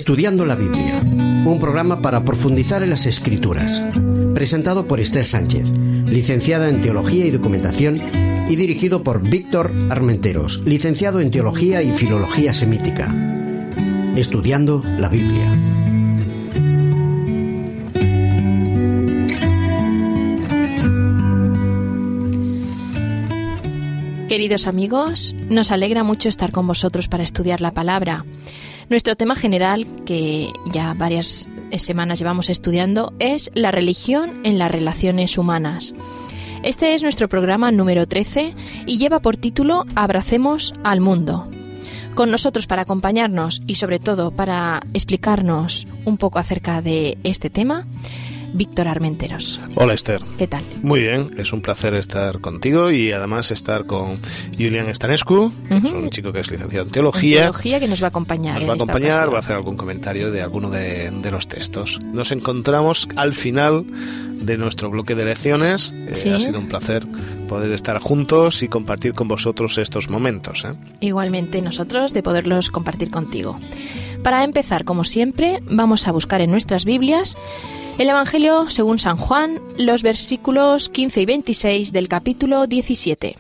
Estudiando la Biblia, un programa para profundizar en las Escrituras, presentado por Esther Sánchez, licenciada en Teología y Documentación, y dirigido por Víctor Armenteros, licenciado en Teología y Filología Semítica. Estudiando la Biblia. Queridos amigos, nos alegra mucho estar con vosotros para estudiar la palabra. Nuestro tema general, que ya varias semanas llevamos estudiando, es la religión en las relaciones humanas. Este es nuestro programa número 13 y lleva por título Abracemos al mundo. Con nosotros para acompañarnos y sobre todo para explicarnos un poco acerca de este tema, Víctor Armenteros. Hola, Esther. ¿Qué tal? Muy bien, es un placer estar contigo y además estar con Julián Stanescu, que es un chico que es licenciado en Teología. Teología, que nos va a acompañar. Nos va a acompañar, va a hacer algún comentario de alguno de los textos. Nos encontramos al final de nuestro bloque de lecciones. ¿Sí? Ha sido un placer poder estar juntos y compartir con vosotros estos momentos. Igualmente nosotros de poderlos compartir contigo. Para empezar, como siempre, vamos a buscar en nuestras Biblias el Evangelio según San Juan, los versículos 15 y 26 del capítulo 17.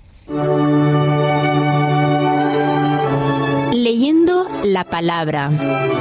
Leyendo la palabra.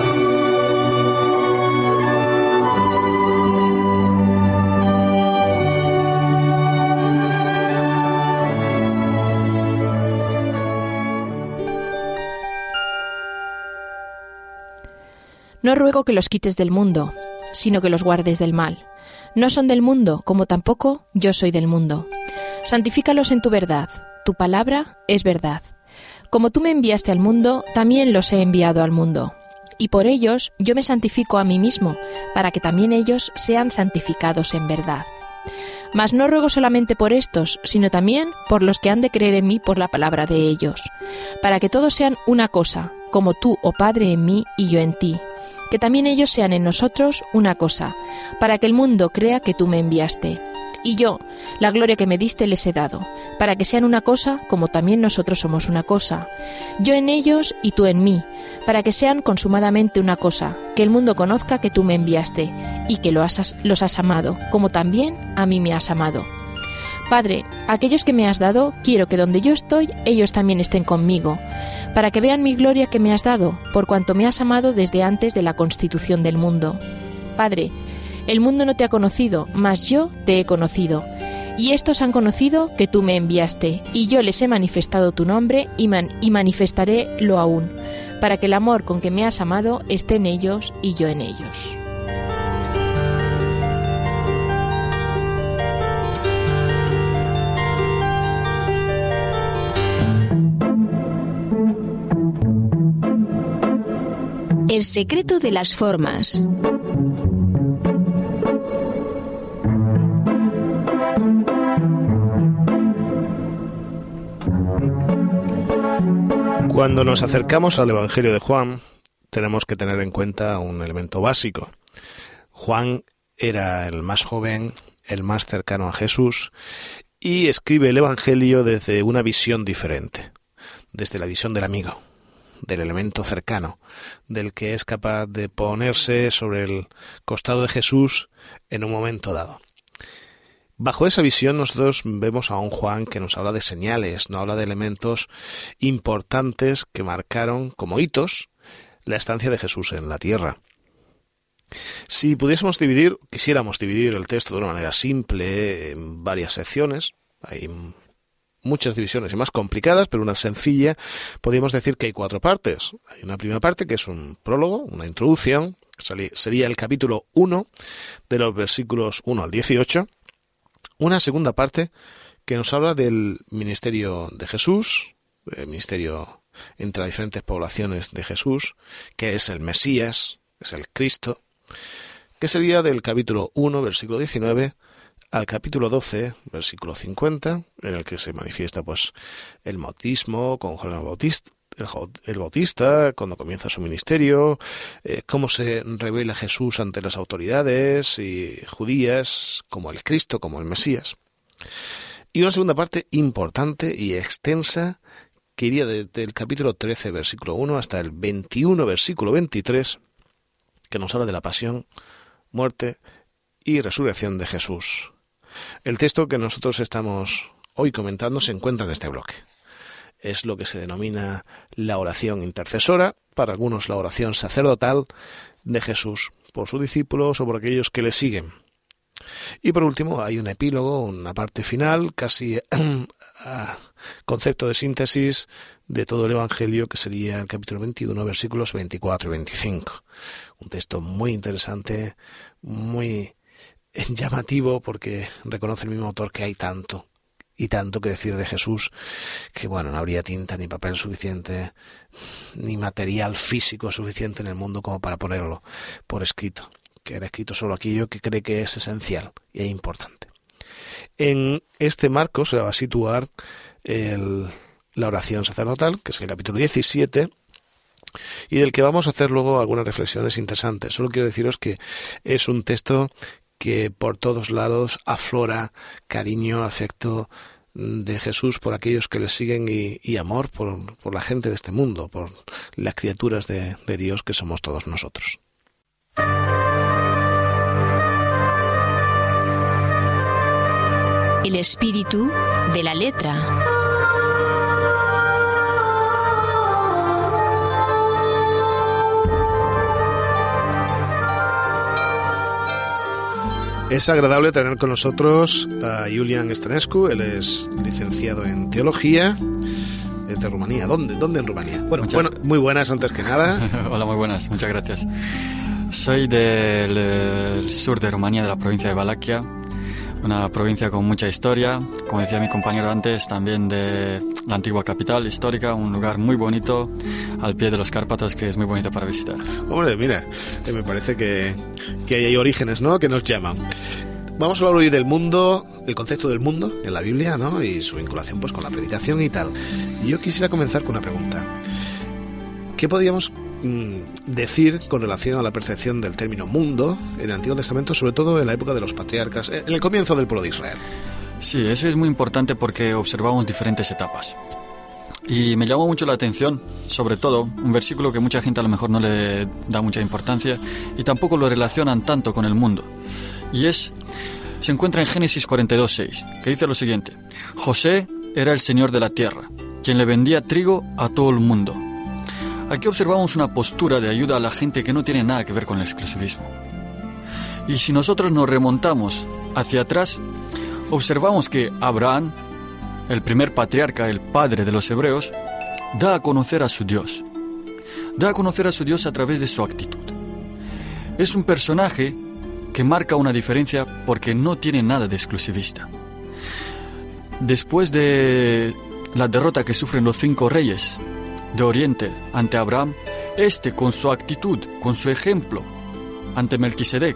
No ruego que los quites del mundo, sino que los guardes del mal. No son del mundo, como tampoco yo soy del mundo. Santifícalos en tu verdad, tu palabra es verdad. Como tú me enviaste al mundo, también los he enviado al mundo. Y por ellos yo me santifico a mí mismo, para que también ellos sean santificados en verdad. Mas no ruego solamente por estos, sino también por los que han de creer en mí por la palabra de ellos, para que todos sean una cosa, como tú, oh Padre, en mí y yo en ti, que también ellos sean en nosotros una cosa, para que el mundo crea que tú me enviaste. Y yo, la gloria que me diste les he dado, para que sean una cosa como también nosotros somos una cosa, yo en ellos y tú en mí, para que sean consumadamente una cosa, que el mundo conozca que tú me enviaste, y que los has amado, como también a mí me has amado. Padre, aquellos que me has dado, quiero que donde yo estoy, ellos también estén conmigo, para que vean mi gloria que me has dado, por cuanto me has amado desde antes de la constitución del mundo. Padre, el mundo no te ha conocido, mas yo te he conocido, y estos han conocido que tú me enviaste, y yo les he manifestado tu nombre y manifestaré lo aún, para que el amor con que me has amado esté en ellos y yo en ellos. El secreto de las formas. Cuando nos acercamos al Evangelio de Juan, tenemos que tener en cuenta un elemento básico. Juan era el más joven, el más cercano a Jesús, y escribe el Evangelio desde una visión diferente, desde la visión del amigo, del elemento cercano, del que es capaz de ponerse sobre el costado de Jesús en un momento dado. Bajo esa visión nosotros vemos a un Juan que nos habla de señales, nos habla de elementos importantes que marcaron como hitos la estancia de Jesús en la tierra. Si quisiéramos dividir el texto de una manera simple en varias secciones, hay muchas divisiones y más complicadas, pero una sencilla, podríamos decir que hay 4 partes. Hay una primera parte que es un prólogo, una introducción, sería el capítulo 1 de los versículos 1 al 18. Una segunda parte que nos habla del ministerio de Jesús, el ministerio entre las diferentes poblaciones de Jesús, que es el Mesías, es el Cristo, que sería del capítulo 1, versículo 19, al capítulo 12, versículo 50, en el que se manifiesta pues el bautismo con Juan el Bautista, cuando comienza su ministerio, cómo se revela Jesús ante las autoridades y judías como el Cristo, como el Mesías. Y una segunda parte importante y extensa que iría desde el capítulo 13, versículo 1 hasta el 21, versículo 23, que nos habla de la pasión, muerte y resurrección de Jesús. El texto que nosotros estamos hoy comentando se encuentra en este bloque. Es lo que se denomina la oración intercesora, para algunos la oración sacerdotal de Jesús por sus discípulos o por aquellos que le siguen. Y por último hay un epílogo, una parte final, casi concepto de síntesis de todo el Evangelio, que sería el capítulo 21, versículos 24 y 25. Un texto muy interesante, muy llamativo, porque reconoce el mismo autor que hay tanto y tanto que decir de Jesús, que bueno, no habría tinta ni papel suficiente, ni material físico suficiente en el mundo como para ponerlo por escrito. Queda escrito solo aquello que cree que es esencial y es importante. En este marco se va a situar la oración sacerdotal, que es el capítulo 17, y del que vamos a hacer luego algunas reflexiones interesantes. Solo quiero deciros que es un texto que por todos lados aflora cariño, afecto de Jesús por aquellos que le siguen y amor por la gente de este mundo, por las criaturas de Dios que somos todos nosotros. El espíritu de la letra. Es agradable tener con nosotros a Iulian Stănescu. Él es licenciado en Teología, es de Rumanía. ¿Dónde en Rumanía? Bueno, muy buenas antes que nada. Hola, muy buenas, muchas gracias. Soy del sur de Rumanía, de la provincia de Valaquia, una provincia con mucha historia, como decía mi compañero antes, también de la antigua capital histórica, un lugar muy bonito al pie de los Cárpatos que es muy bonito para visitar. Hombre, mira, me parece que hay orígenes, ¿no?, que nos llaman. Vamos a hablar hoy del mundo, del concepto del mundo en la Biblia, ¿no?, y su vinculación pues con la predicación y tal. Y yo quisiera comenzar con una pregunta. ¿Qué podríamos decir con relación a la percepción del término mundo en el Antiguo Testamento, sobre todo en la época de los patriarcas, en el comienzo del pueblo de Israel? Sí, eso es muy importante porque observamos diferentes etapas. Y me llamó mucho la atención, sobre todo, un versículo que mucha gente a lo mejor no le da mucha importancia y tampoco lo relacionan tanto con el mundo. Y se encuentra en Génesis 42:6, que dice lo siguiente: José era el señor de la tierra, quien le vendía trigo a todo el mundo. Aquí observamos una postura de ayuda a la gente que no tiene nada que ver con el exclusivismo. Y si nosotros nos remontamos hacia atrás, observamos que Abraham, el primer patriarca, el padre de los hebreos, da a conocer a su Dios. Da a conocer a su Dios a través de su actitud. Es un personaje que marca una diferencia porque no tiene nada de exclusivista. Después de la derrota que sufren los 5 reyes de Oriente ante Abraham, con su actitud, con su ejemplo ante Melquisedec,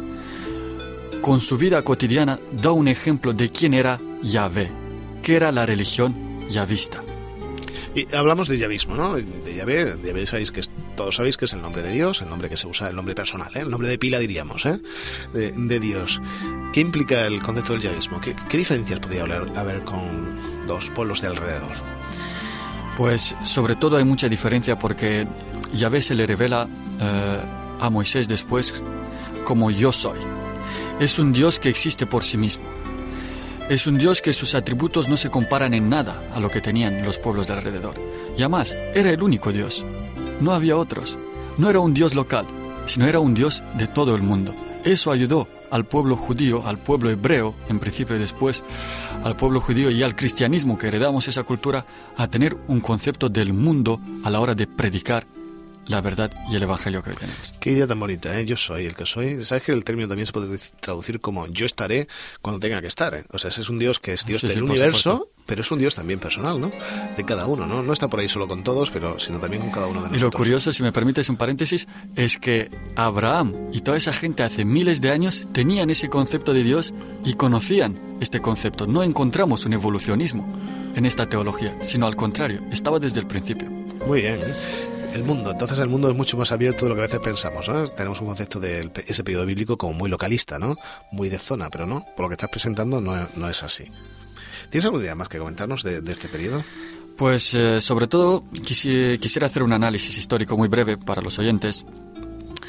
con su vida cotidiana, da un ejemplo de quién era Yahvé, que era la religión yavista. Y hablamos de yavismo, ¿no? De Yahvé todos sabéis que es el nombre de Dios, el nombre que se usa, el nombre personal, el nombre de pila diríamos, de Dios. ¿Qué implica el concepto del yavismo? ¿Qué diferencias podría haber con los pueblos de alrededor? Pues sobre todo hay mucha diferencia porque Yahvé se le revela a Moisés después como yo soy. Es un Dios que existe por sí mismo. Es un Dios que sus atributos no se comparan en nada a lo que tenían los pueblos de alrededor. Y además, era el único Dios. No había otros. No era un Dios local, sino era un Dios de todo el mundo. Eso ayudó al pueblo judío, al pueblo hebreo, en principio y después, al pueblo judío y al cristianismo que heredamos esa cultura, a tener un concepto del mundo a la hora de predicar la verdad y el evangelio que hoy tenemos. Qué idea tan bonita, ¿eh? Yo soy el que soy. ¿Sabes que el término también se puede traducir como yo estaré cuando tenga que estar, ¿eh? O sea, ese es un Dios que es Dios del universo, pero es un Dios también personal, ¿no? De cada uno, ¿no? No está por ahí solo con todos, sino también con cada uno de nosotros. Y lo curioso, si me permites un paréntesis, es que Abraham y toda esa gente hace miles de años tenían ese concepto de Dios y conocían este concepto. No encontramos un evolucionismo en esta teología, sino al contrario, estaba desde el principio. Muy bien, ¿eh? El mundo. Entonces el mundo es mucho más abierto de lo que a veces pensamos, ¿no? Tenemos un concepto de ese periodo bíblico como muy localista, ¿no? Muy de zona, pero no, por lo que estás presentando no es así. ¿Tienes alguna idea más que comentarnos de este periodo? Pues sobre todo quisiera hacer un análisis histórico muy breve para los oyentes.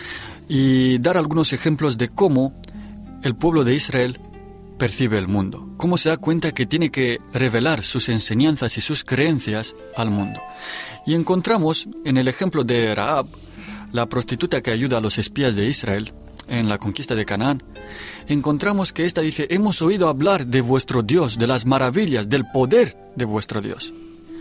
y dar algunos ejemplos de cómo el pueblo de Israel percibe el mundo, cómo se da cuenta que tiene que revelar sus enseñanzas y sus creencias al mundo. Y encontramos en el ejemplo de Rahab, la prostituta que ayuda a los espías de Israel en la conquista de Canaán, encontramos que esta dice: hemos oído hablar de vuestro Dios, de las maravillas, del poder de vuestro Dios.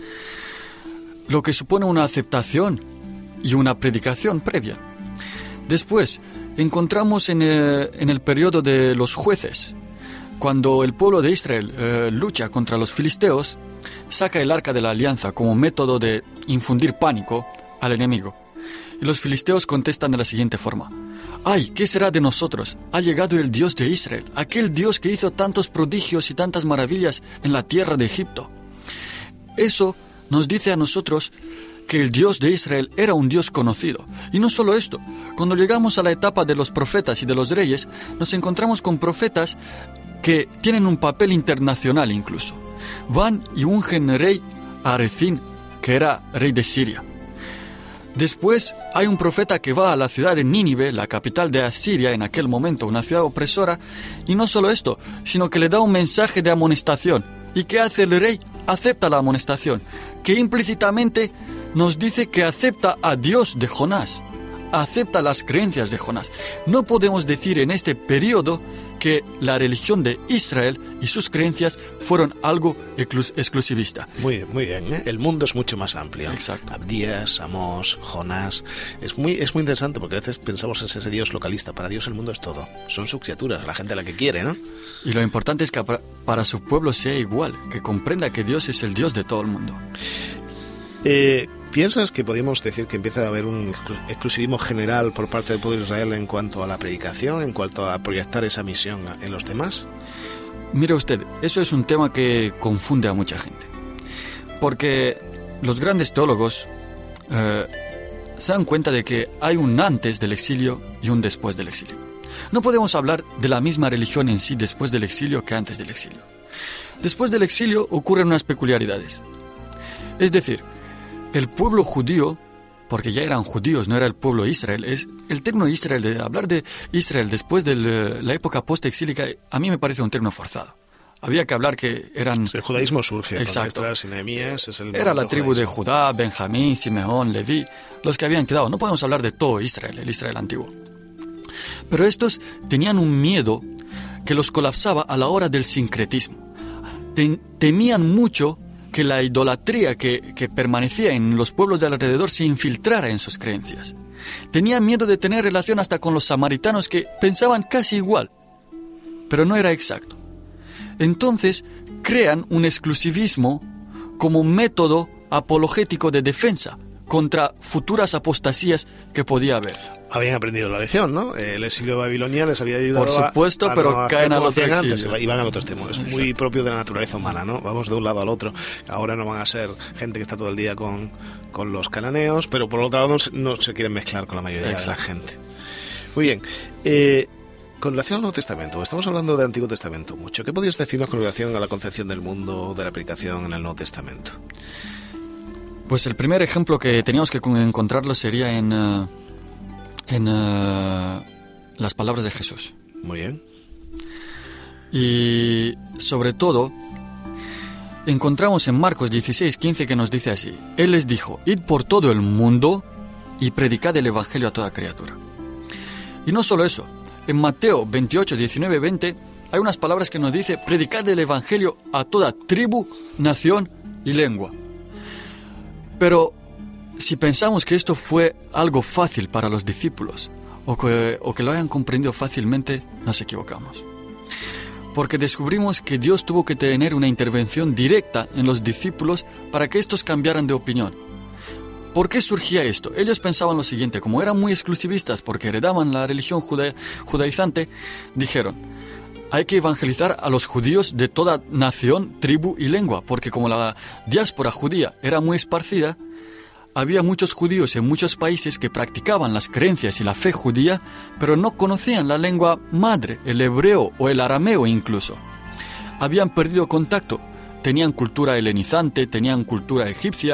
Lo que supone una aceptación y una predicación previa. Después, encontramos en el periodo de los jueces, cuando el pueblo de Israel lucha contra los filisteos, saca el arca de la alianza como método de infundir pánico al enemigo. Y los filisteos contestan de la siguiente forma: ¡ay, qué será de nosotros! Ha llegado el Dios de Israel, aquel Dios que hizo tantos prodigios y tantas maravillas en la tierra de Egipto. Eso nos dice a nosotros que el Dios de Israel era un Dios conocido. Y no solo esto, cuando llegamos a la etapa de los profetas y de los reyes, nos encontramos con profetas que tienen un papel internacional incluso. Van y ungen rey a Rezín, que era rey de Siria. Después hay un profeta que va a la ciudad de Nínive, la capital de Asiria en aquel momento, una ciudad opresora, y no solo esto, sino que le da un mensaje de amonestación. ¿Y qué hace el rey? Acepta la amonestación, que implícitamente nos dice que acepta a Dios de Jonás, acepta las creencias de Jonás. No podemos decir en este periodo que la religión de Israel y sus creencias fueron algo exclusivista. Muy bien, ¿eh? El mundo es mucho más amplio. Exacto. Abdías, Amós, Jonás. Es muy interesante porque a veces pensamos en ese Dios localista. Para Dios el mundo es todo. Son sus criaturas, la gente a la que quiere, ¿no? Y lo importante es que para su pueblo sea igual, que comprenda que Dios es el Dios de todo el mundo. ¿Piensas que podríamos decir que empieza a haber un exclusivismo general por parte del pueblo de Israel en cuanto a la predicación, en cuanto a proyectar esa misión en los demás? Mire usted, eso es un tema que confunde a mucha gente. Porque los grandes teólogos se dan cuenta de que hay un antes del exilio y un después del exilio. No podemos hablar de la misma religión en sí después del exilio que antes del exilio. Después del exilio ocurren unas peculiaridades. Es decir, el pueblo judío, porque ya eran judíos, no era el pueblo Israel, es el término Israel, de hablar de Israel después de la época post-exílica, a mí me parece un término forzado. Había que hablar que eran... El judaísmo surge. Exacto. Era la tribu de Judá, Benjamín, Simeón, Leví, los que habían quedado. No podemos hablar de todo Israel, el Israel antiguo. Pero estos tenían un miedo que los colapsaba a la hora del sincretismo. Temían mucho que la idolatría que permanecía en los pueblos de alrededor se infiltrara en sus creencias. Tenían miedo de tener relación hasta con los samaritanos, que pensaban casi igual, pero no era exacto. Entonces crean un exclusivismo como método apologético de defensa contra futuras apostasías que podía haber. Habían aprendido la lección, ¿no? El exilio de Babilonia les había ayudado. Por supuesto, pero caen al otro exilio. Iban al otro extremo. Es muy propio de la naturaleza humana, ¿no? Vamos de un lado al otro. Ahora no van a ser gente que está todo el día con los cananeos, pero por otro lado no se quieren mezclar con la mayoría de la gente. Muy bien. Con relación al Nuevo Testamento, estamos hablando del Antiguo Testamento mucho. ¿Qué podrías decirnos con relación a la concepción del mundo, de la predicación en el Nuevo Testamento? Pues el primer ejemplo que teníamos que encontrarlo sería en las palabras de Jesús. Muy bien. Y sobre todo encontramos en Marcos 16:15 que nos dice así: Él les dijo: id por todo el mundo y predicad el evangelio a toda criatura. Y no solo eso, en Mateo 28:19-20 hay unas palabras que nos dice: predicad el evangelio a toda tribu, nación y lengua. Pero si pensamos que esto fue algo fácil para los discípulos, o que lo hayan comprendido fácilmente, nos equivocamos. Porque descubrimos que Dios tuvo que tener una intervención directa en los discípulos para que estos cambiaran de opinión. ¿Por qué surgía esto? Ellos pensaban lo siguiente: como eran muy exclusivistas porque heredaban la religión judaizante, dijeron: hay que evangelizar a los judíos de toda nación, tribu y lengua, porque como la diáspora judía era muy esparcida, había muchos judíos en muchos países que practicaban las creencias y la fe judía, pero no conocían la lengua madre, el hebreo o el arameo incluso. Habían perdido contacto, tenían cultura helenizante, tenían cultura egipcia,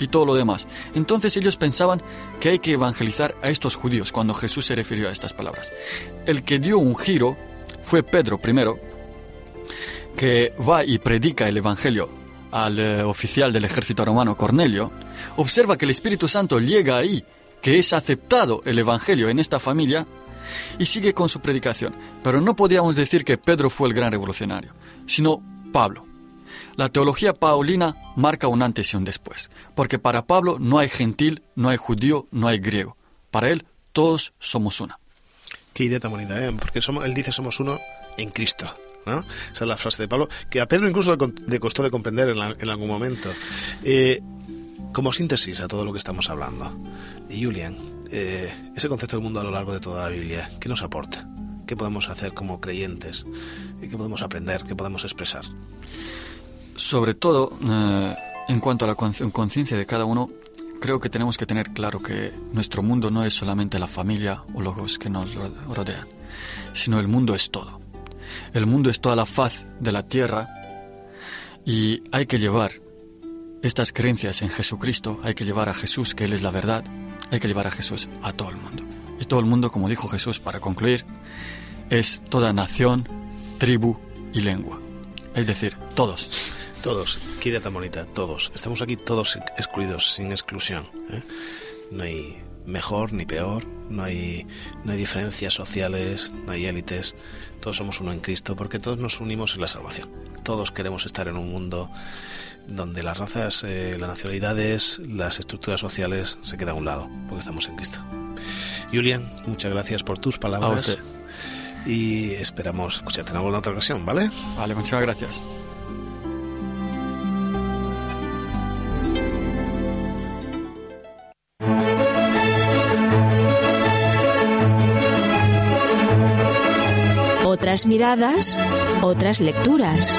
y todo lo demás. Entonces ellos pensaban que hay que evangelizar a estos judíos cuando Jesús se refirió a estas palabras. El que dio un giro fue Pedro primero, que va y predica el evangelio al oficial del ejército romano Cornelio. Observa que el Espíritu Santo llega ahí, que es aceptado el evangelio en esta familia, y sigue con su predicación. Pero no podíamos decir que Pedro fue el gran revolucionario, sino Pablo. La teología paulina marca un antes y un después, porque para Pablo no hay gentil, no hay judío, no hay griego. Para él todos somos uno. Qué idea tan bonita, ¿eh? Porque él dice somos uno en Cristo, ¿no? Esa es la frase de Pablo, que a Pedro incluso le costó de comprender en algún momento. Como síntesis a todo lo que estamos hablando, Julián, ese concepto del mundo a lo largo de toda la Biblia, ¿qué nos aporta? ¿Qué podemos hacer como creyentes? ¿Qué podemos aprender? ¿Qué podemos expresar? Sobre todo, en cuanto a la conciencia de cada uno, creo que tenemos que tener claro que nuestro mundo no es solamente la familia o los que nos rodean, sino el mundo es todo. El mundo es toda la faz de la tierra y hay que llevar estas creencias en Jesucristo, hay que llevar a Jesús, que Él es la verdad, hay que llevar a Jesús a todo el mundo. Y todo el mundo, como dijo Jesús para concluir, es toda nación, tribu y lengua. Es decir, todos. Todos, qué idea tan bonita, todos. Estamos aquí todos excluidos, sin exclusión, ¿eh? No hay mejor ni peor, no hay diferencias sociales, no hay élites. Todos somos uno en Cristo porque todos nos unimos en la salvación. Todos queremos estar en un mundo donde las razas, las nacionalidades, las estructuras sociales se quedan a un lado, porque estamos en Cristo. Julián, muchas gracias por tus palabras. A usted. Y esperamos escucharte en alguna otra ocasión, ¿vale? Vale, muchas gracias. Otras miradas, otras lecturas.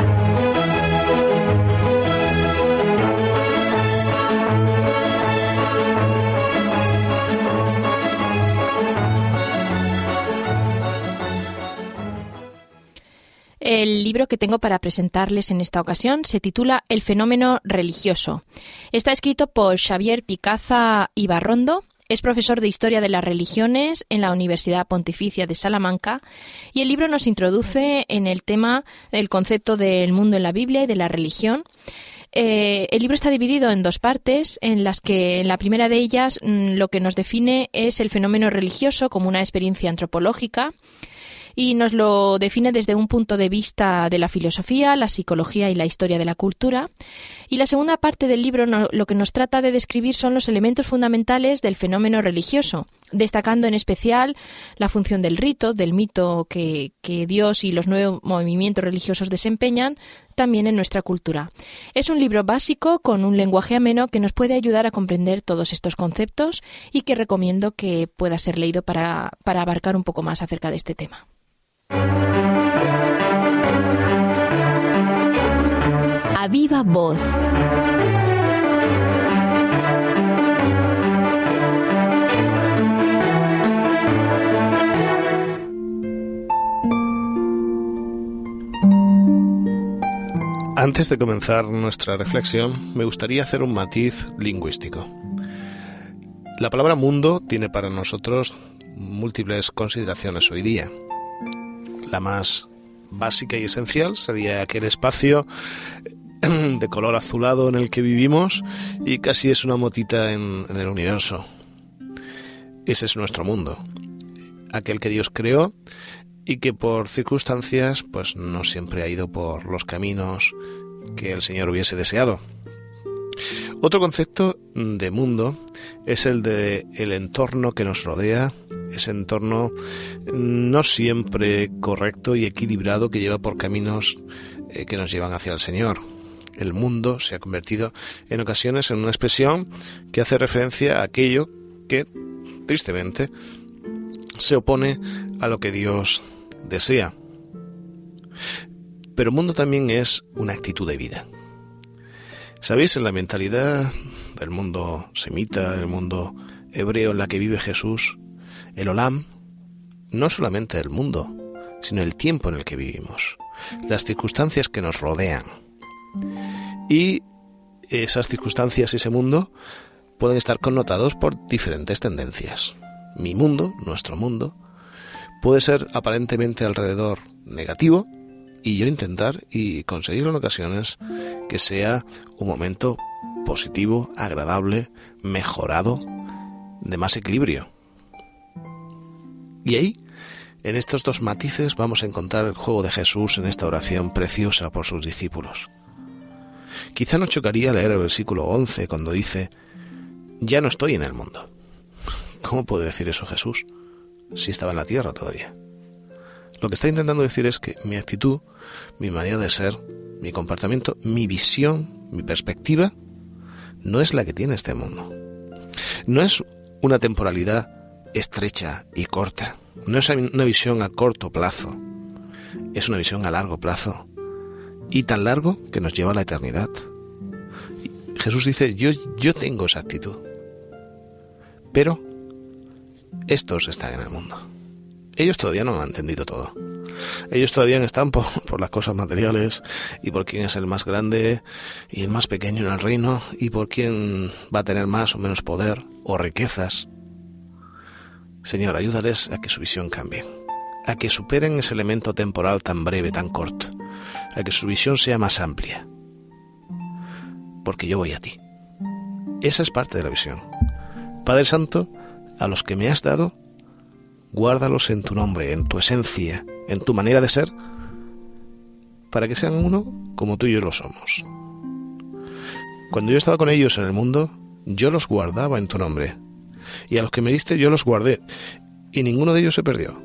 El libro que tengo para presentarles en esta ocasión se titula El fenómeno religioso. Está escrito por Xavier Picaza Ibarrondo. Es profesor de Historia de las Religiones en la Universidad Pontificia de Salamanca y el libro nos introduce en el tema del concepto del mundo en la Biblia y de la religión. El libro está dividido en dos partes, en las que en la primera de ellas lo que nos define es el fenómeno religioso como una experiencia antropológica y nos lo define desde un punto de vista de la filosofía, la psicología y la historia de la cultura. Y la segunda parte del libro lo que nos trata de describir son los elementos fundamentales del fenómeno religioso, destacando en especial la función del rito, del mito que Dios y los nuevos movimientos religiosos desempeñan también en nuestra cultura. Es un libro básico con un lenguaje ameno que nos puede ayudar a comprender todos estos conceptos y que recomiendo que pueda ser leído para abarcar un poco más acerca de este tema. A viva voz. Antes de comenzar nuestra reflexión, me gustaría hacer un matiz lingüístico. La palabra mundo tiene para nosotros múltiples consideraciones hoy día. La más básica y esencial sería aquel espacio de color azulado en el que vivimos y casi es una motita en el universo. Ese es nuestro mundo, aquel que Dios creó y que por circunstancias pues no siempre ha ido por los caminos que el Señor hubiese deseado. Otro concepto de mundo es el de el entorno que nos rodea, ese entorno no siempre correcto y equilibrado que lleva por caminos que nos llevan hacia el Señor. El mundo se ha convertido en ocasiones en una expresión que hace referencia a aquello que, tristemente, se opone a lo que Dios desea. Pero mundo también es una actitud de vida. ¿Sabéis? En la mentalidad del mundo semita, del mundo hebreo en la que vive Jesús, el olam no solamente el mundo, sino el tiempo en el que vivimos, las circunstancias que nos rodean. Y esas circunstancias y ese mundo pueden estar connotados por diferentes tendencias. Mi mundo, nuestro mundo, puede ser aparentemente alrededor negativo y yo intentar y conseguir en ocasiones que sea un momento positivo, agradable, mejorado, de más equilibrio. Y ahí, en estos dos matices, vamos a encontrar el juego de Jesús en esta oración preciosa por sus discípulos. Quizá nos chocaría leer el versículo 11 cuando dice: ya no estoy en el mundo. ¿Cómo puede decir eso Jesús si estaba en la tierra todavía? Lo que está intentando decir es que mi actitud, mi manera de ser, mi comportamiento, mi visión, mi perspectiva, no es la que tiene este mundo. No es una temporalidad estrecha y corta. No es una visión a corto plazo. Es una visión a largo plazo. Y tan largo que nos lleva a la eternidad. Jesús dice, yo tengo esa actitud. Pero estos están en el mundo. Ellos todavía no han entendido todo. Ellos todavía están por las cosas materiales y por quién es el más grande y el más pequeño en el reino y por quién va a tener más o menos poder o riquezas. Señor, ayúdales a que su visión cambie, a que superen ese elemento temporal tan breve, tan corto, a que su visión sea más amplia. Porque yo voy a ti. Esa es parte de la visión. Padre Santo, a los que me has dado, guárdalos en tu nombre, en tu esencia, en tu manera de ser, para que sean uno como tú y yo lo somos. Cuando yo estaba con ellos en el mundo, yo los guardaba en tu nombre, y a los que me diste yo los guardé, y ninguno de ellos se perdió,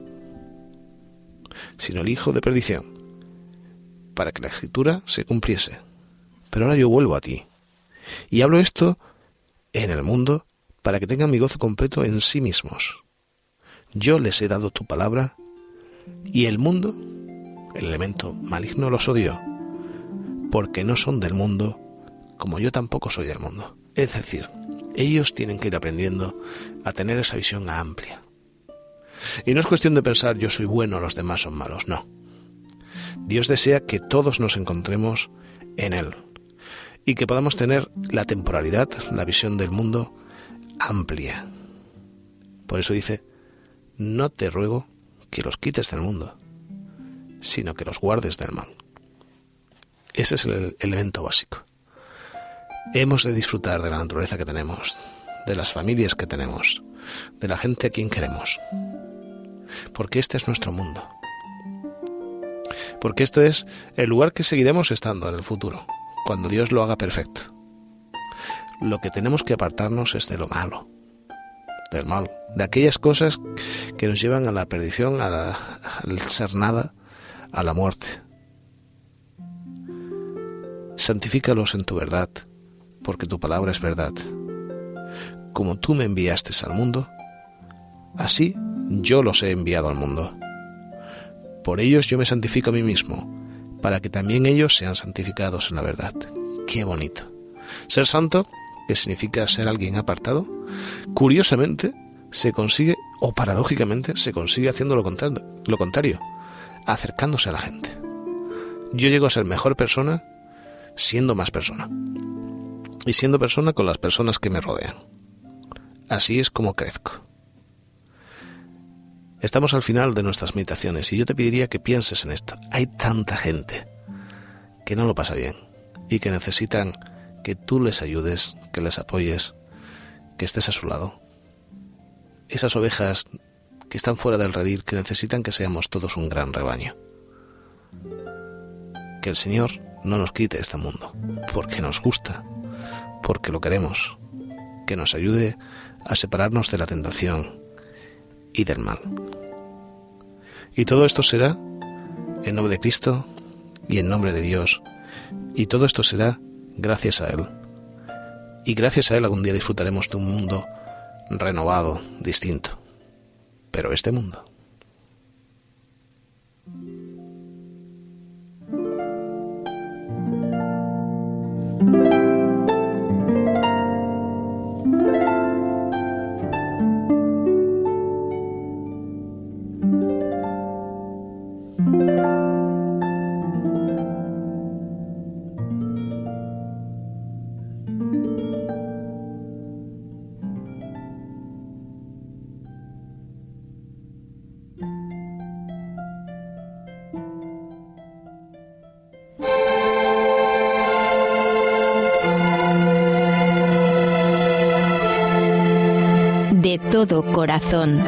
sino el hijo de perdición, para que la escritura se cumpliese. Pero ahora yo vuelvo a ti, y hablo esto en el mundo para que tengan mi gozo completo en sí mismos. Yo les he dado tu palabra, y el mundo, el elemento maligno, los odió, porque no son del mundo, como yo tampoco soy del mundo. Es decir, ellos tienen que ir aprendiendo a tener esa visión amplia. Y no es cuestión de pensar yo soy bueno, los demás son malos, no. Dios desea que todos nos encontremos en Él y que podamos tener la temporalidad, la visión del mundo amplia. Por eso dice, no te ruego que los quites del mundo, sino que los guardes del mal. Ese es el elemento básico. Hemos de disfrutar de la naturaleza que tenemos, de las familias que tenemos, de la gente a quien queremos, porque este es nuestro mundo. Porque esto es el lugar que seguiremos estando en el futuro, cuando Dios lo haga perfecto. Lo que tenemos que apartarnos es de lo malo, del mal, de aquellas cosas que nos llevan a la perdición, al ser nada, a la muerte. Santifícalos en tu verdad, porque tu palabra es verdad. Como tú me enviaste al mundo, así yo los he enviado al mundo. Por ellos yo me santifico a mí mismo, para que también ellos sean santificados en la verdad. ¡Qué bonito! Ser santo, que significa ser alguien apartado, curiosamente se consigue, o paradójicamente, se consigue haciendo lo contrario, acercándose a la gente. Yo llego a ser mejor persona siendo más persona, y siendo persona con las personas que me rodean. Así es como crezco. Estamos al final de nuestras meditaciones y yo te pediría que pienses en esto. Hay tanta gente que no lo pasa bien y que necesitan que tú les ayudes, que les apoyes, que estés a su lado. Esas ovejas que están fuera del redil, que necesitan que seamos todos un gran rebaño. Que el Señor no nos quite este mundo, porque nos gusta, porque lo queremos. Que nos ayude a separarnos de la tentación y del mal. Y todo esto será en nombre de Cristo y en nombre de Dios. Y todo esto será gracias a Él. Y gracias a Él algún día disfrutaremos de un mundo renovado, distinto. Pero este mundo. todo corazón.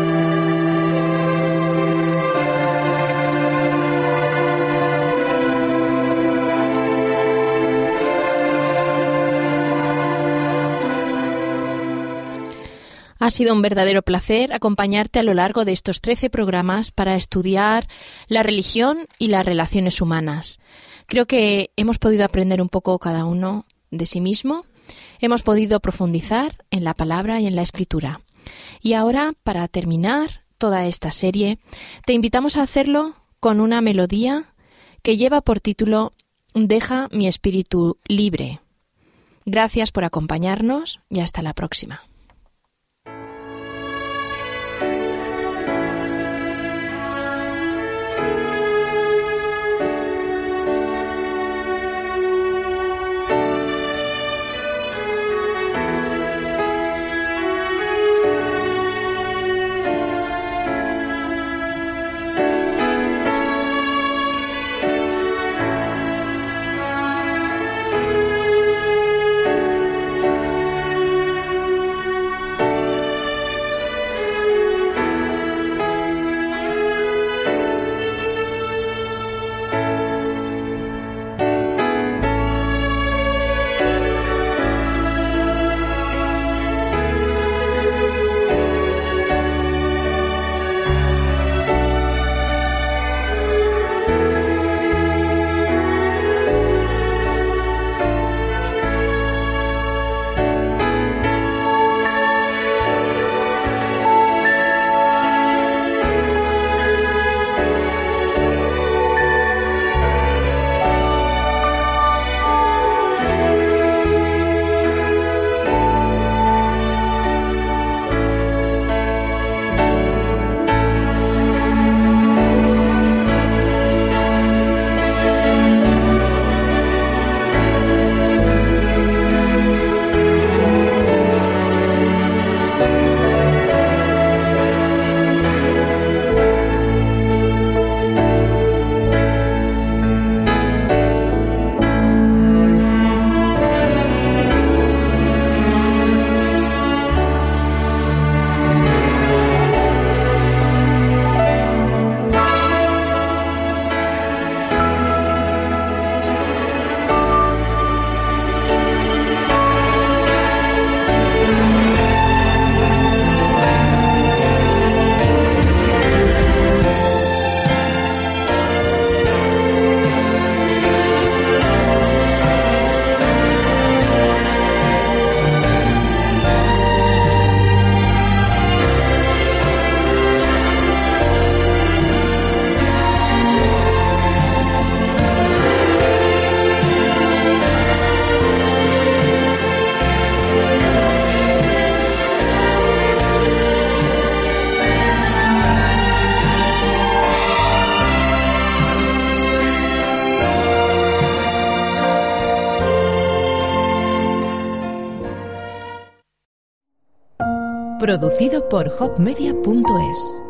Ha sido un verdadero placer acompañarte a lo largo de estos 13 programas para estudiar la religión y las relaciones humanas. Creo que hemos podido aprender un poco cada uno de sí mismo, hemos podido profundizar en la palabra y en la escritura. Y ahora, para terminar toda esta serie, te invitamos a hacerlo con una melodía que lleva por título Deja mi espíritu libre. Gracias por acompañarnos y hasta la próxima. Producido por hopmedia.es